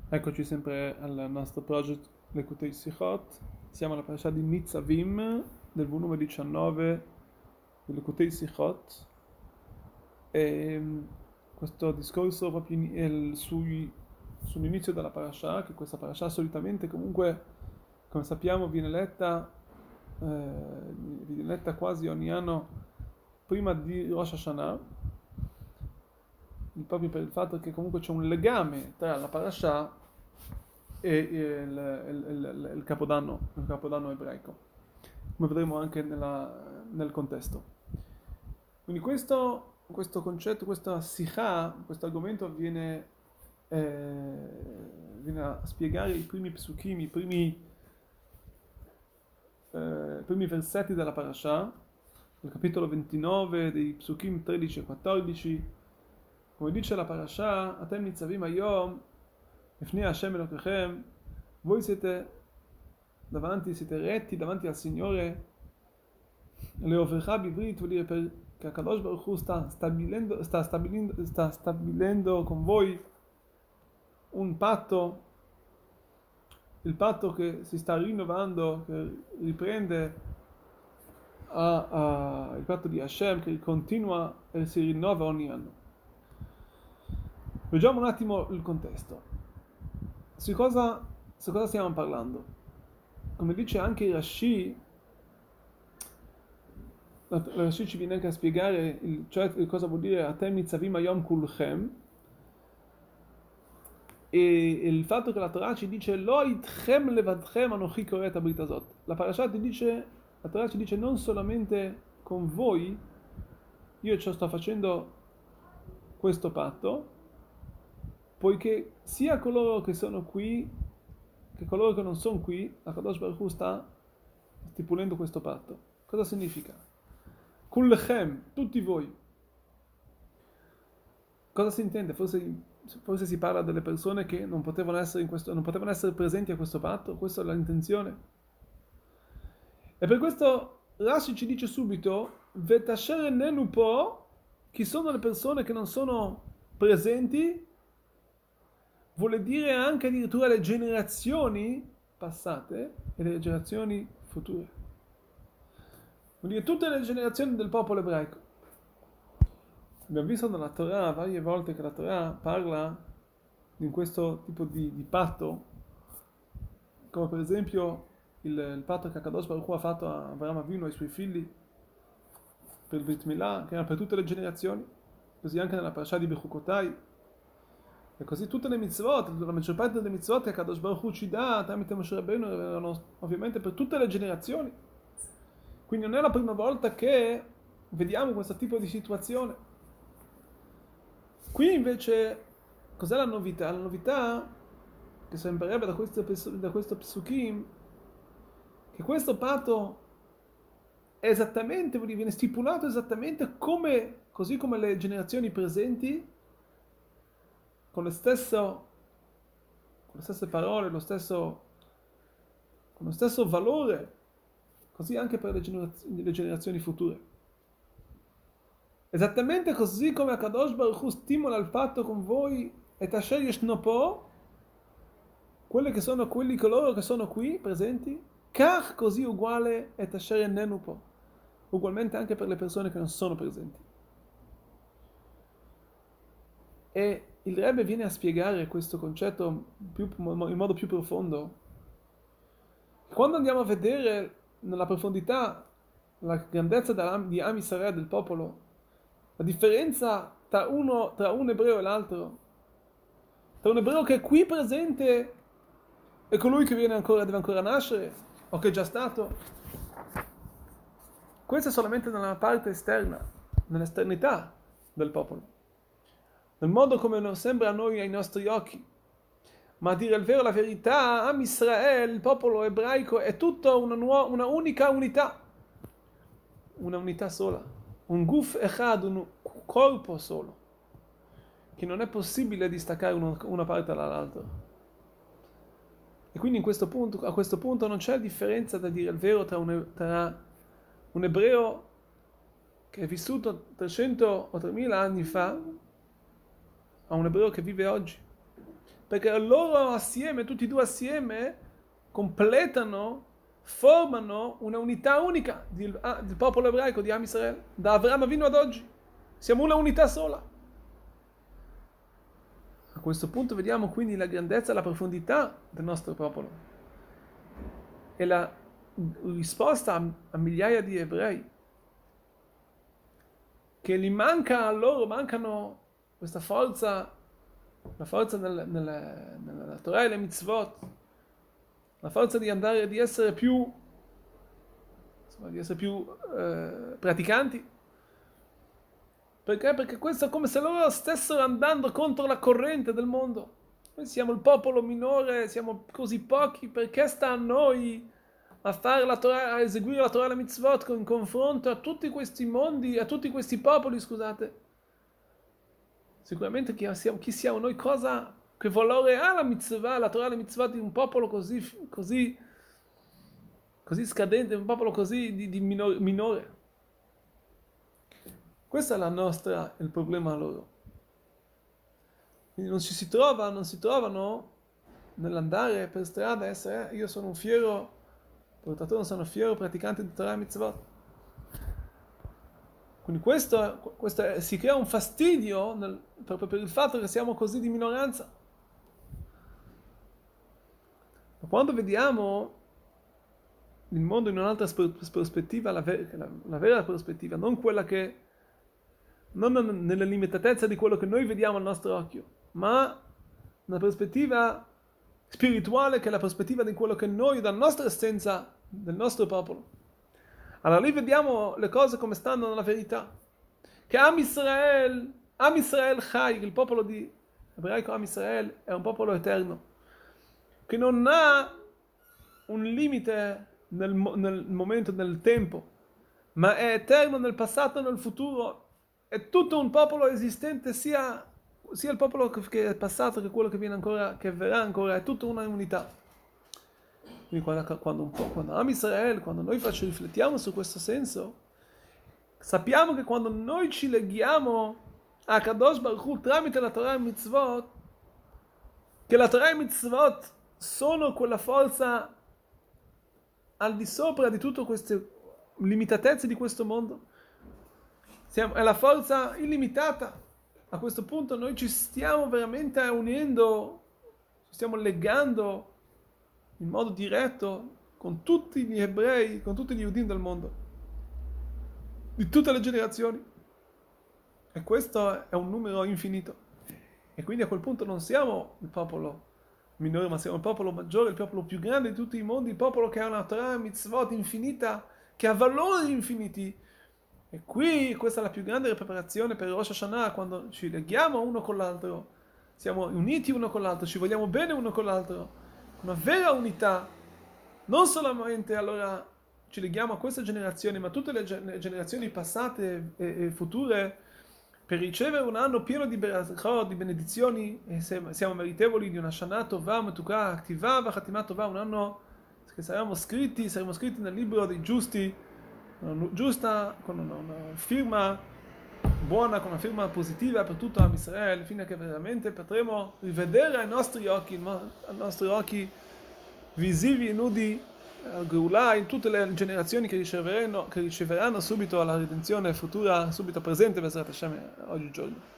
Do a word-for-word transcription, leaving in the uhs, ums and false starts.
Eccoci sempre al nostro project Lekutei Sichot. Siamo alla parasha di Nitzavim del volume diciannove di Lekutei Sichot. E mm, questo discorso proprio in- il- sui- sull'inizio della parasha, che questa parasha solitamente comunque, come sappiamo, viene letta, eh, viene letta quasi ogni anno prima di Rosh Hashanah, proprio per il fatto che comunque c'è un legame tra la parasha e il, il- il- il capodanno, il capodanno ebraico, come vedremo anche nella- nel contesto. Quindi questo, questo concetto, questa sikha, questo argomento viene, eh, viene a spiegare i primi psukim, i primi, eh, i primi versetti della parasha, il capitolo ventinove dei psukim tredici e quattordici. Come dice la parasha, Atem nitzavim hayom לפני Hashem Elokechem, voi siete davanti, siete retti davanti al Signore, Leovercha Bivrit vuol dire per, che Akadosh Baruch Hu sta stabilendo, sta, stabilendo, sta stabilendo con voi un patto, il patto che si sta rinnovando, che riprende a, a, il patto di Hashem, che continua e si rinnova ogni anno. Vediamo un attimo il contesto. Su cosa, su cosa stiamo parlando? Come dice anche il Rashi, la Rashi ci viene anche a spiegare il, cioè, cosa vuol dire Atem nitzavim hayom kulchem, e il fatto che la Torah ci dice Lo itchem levadchem anochi koret habrit hazot. La parasha ti dice, la Torah ci dice non solamente con voi io ci sto facendo questo patto, poiché sia coloro che sono qui che coloro che non sono qui, la Kadosh Baruch Hu sta stipulando questo patto. Cosa significa? Kullechem, tutti voi. Cosa si intende? Forse, forse si parla delle persone che non potevano essere, in questo, non potevano essere presenti a questo patto, questa è l'intenzione. E per questo Rashi ci dice subito, Vetasher nenu po, chi sono le persone che non sono presenti, vuole dire anche addirittura le generazioni passate e le generazioni future. Vuol dire tutte le generazioni del popolo ebraico. Abbiamo visto nella Torah varie volte che la Torah parla di questo tipo di, di patto, come per esempio il, il patto che Akadosh Baruch Hu ha fatto a Avraham Avinu e ai suoi figli per il Brit Milah, che era per tutte le generazioni, così anche nella parasha di Bechukotai, e così tutte le mitzvot, la maggior parte delle mitzvot che Akadosh Baruch Hu ci dà tramite Moshe Rabbeinu erano ovviamente per tutte le generazioni. Quindi non è la prima volta che vediamo questo tipo di situazione. Qui invece, cos'è la novità? La novità, che sembrerebbe da questo, da questo psukim, che questo patto è esattamente, viene stipulato esattamente come, così come le generazioni presenti, con le, stesso, con le stesse parole, lo stesso, con lo stesso valore, così anche per le generazioni, le generazioni future. Esattamente così come Akadosh Baruch Hu stimola il patto con voi e Tasher Yeshnopo, quelli che sono quelli coloro che sono qui presenti, Kach così uguale e Tasher Nenupo, ugualmente anche per le persone che non sono presenti. E il Rebbe viene a spiegare questo concetto più, in modo più profondo. Quando andiamo a vedere nella profondità la grandezza di Am Israele, del popolo, la differenza tra, uno, tra un ebreo e l'altro, tra un ebreo che è qui presente e colui che viene ancora, deve ancora nascere o che è già stato, questo è solamente nella parte esterna, nell'esternità del popolo, nel modo come non sembra a noi ai nostri occhi. Ma a dire il vero, la verità, Am Israele, il popolo ebraico, è tutta una, nuova, una unica unità, una unità sola, un guf echad, un corpo solo, che non è possibile distaccare uno, una parte dall'altra. E quindi in questo punto, a questo punto non c'è differenza, da dire il vero, tra un, tra un ebreo che è vissuto trecento o tremila anni fa a un ebreo che vive oggi. perché loro assieme, tutti e due assieme, completano, formano una unità unica del, ah, del popolo ebraico di Am Israel, da Avramo Avinu ad oggi. Siamo una unità sola. A questo punto vediamo quindi la grandezza e la profondità del nostro popolo e la risposta a, a migliaia di ebrei che gli manca a loro, mancano questa forza, la forza nel, nel, nella Torah e le mitzvot, la forza di andare, di essere più, insomma, di essere più eh, praticanti. Perché? Perché questo è come se loro stessero andando contro la corrente del mondo. Noi siamo il popolo minore, siamo così pochi, perché sta a noi a fare la Torah, a eseguire la Torah e la mitzvot in confronto a tutti questi mondi, a tutti questi popoli, scusate. Sicuramente chi siamo, chi siamo noi, cosa, che valore ha la mitzvah, la Torah e la mitzvot di un popolo così, così, così scadente, un popolo così di, di minore, minore. Questo è la nostra, il problema loro. Quindi non ci si trova, non si trovano nell'andare per strada a essere, eh, io sono un fiero portatore, sono un fiero praticante di Torah e Mitzvot. Quindi questo, questo è, si crea un fastidio nel, proprio per il fatto che siamo così di minoranza. Ma quando vediamo il mondo in un'altra prospettiva, la, ver- la, la vera prospettiva, non quella che non nella limitatezza di quello che noi vediamo al nostro occhio, ma una prospettiva spirituale che è la prospettiva di quello che noi, dalla nostra essenza, del nostro popolo. Allora lì vediamo le cose come stanno nella verità. Che Am Israel, Am Israel Chai, il popolo di ebraico Am Israel, è un popolo eterno, che non ha un limite nel, nel momento, nel tempo, ma è eterno nel passato e nel futuro. È tutto un popolo esistente, sia, sia il popolo che è passato che quello che viene ancora, che verrà ancora, è tutta una unità. Quindi quando, quando, un po', quando Am Israel, quando noi faccio, riflettiamo su questo senso, sappiamo che quando noi ci leghiamo a Kadosh Baruch Hu tramite la Torah e Mitzvot, che la Torah e Mitzvot sono quella forza al di sopra di tutte queste limitatezze di questo mondo, è la forza illimitata. A questo punto noi ci stiamo veramente unendo, ci stiamo legando in modo diretto con tutti gli ebrei, con tutti gli Yudim del mondo, di tutte le generazioni. E questo è un numero infinito. E quindi a quel punto non siamo il popolo minore, ma siamo il popolo maggiore, il popolo più grande di tutti i mondi, il popolo che ha una Torah mitzvot infinita, che ha valori infiniti. E qui questa è la più grande preparazione per Rosh Hashanah, quando ci leghiamo uno con l'altro, siamo uniti uno con l'altro, ci vogliamo bene uno con l'altro, una vera unità. Non solamente allora ci leghiamo a questa generazione, ma a tutte le generazioni passate e, e future, per ricevere un anno pieno di berachot, di benedizioni, e siamo meritevoli di una Shana Tova, Metukah, Aktiva, Vachatimah Tova, un anno che saremo scritti, saremo scritti nel libro dei giusti, giusta, con una, una firma buona, con una firma positiva per tutto Am Israel, fino a che veramente potremo rivedere ai nostri occhi, ai nostri occhi visivi e nudi, al Geulà, in tutte le generazioni che riceveranno, che riceveranno subito la redenzione futura, subito presente, Bezrat Hashem, oggigiorno.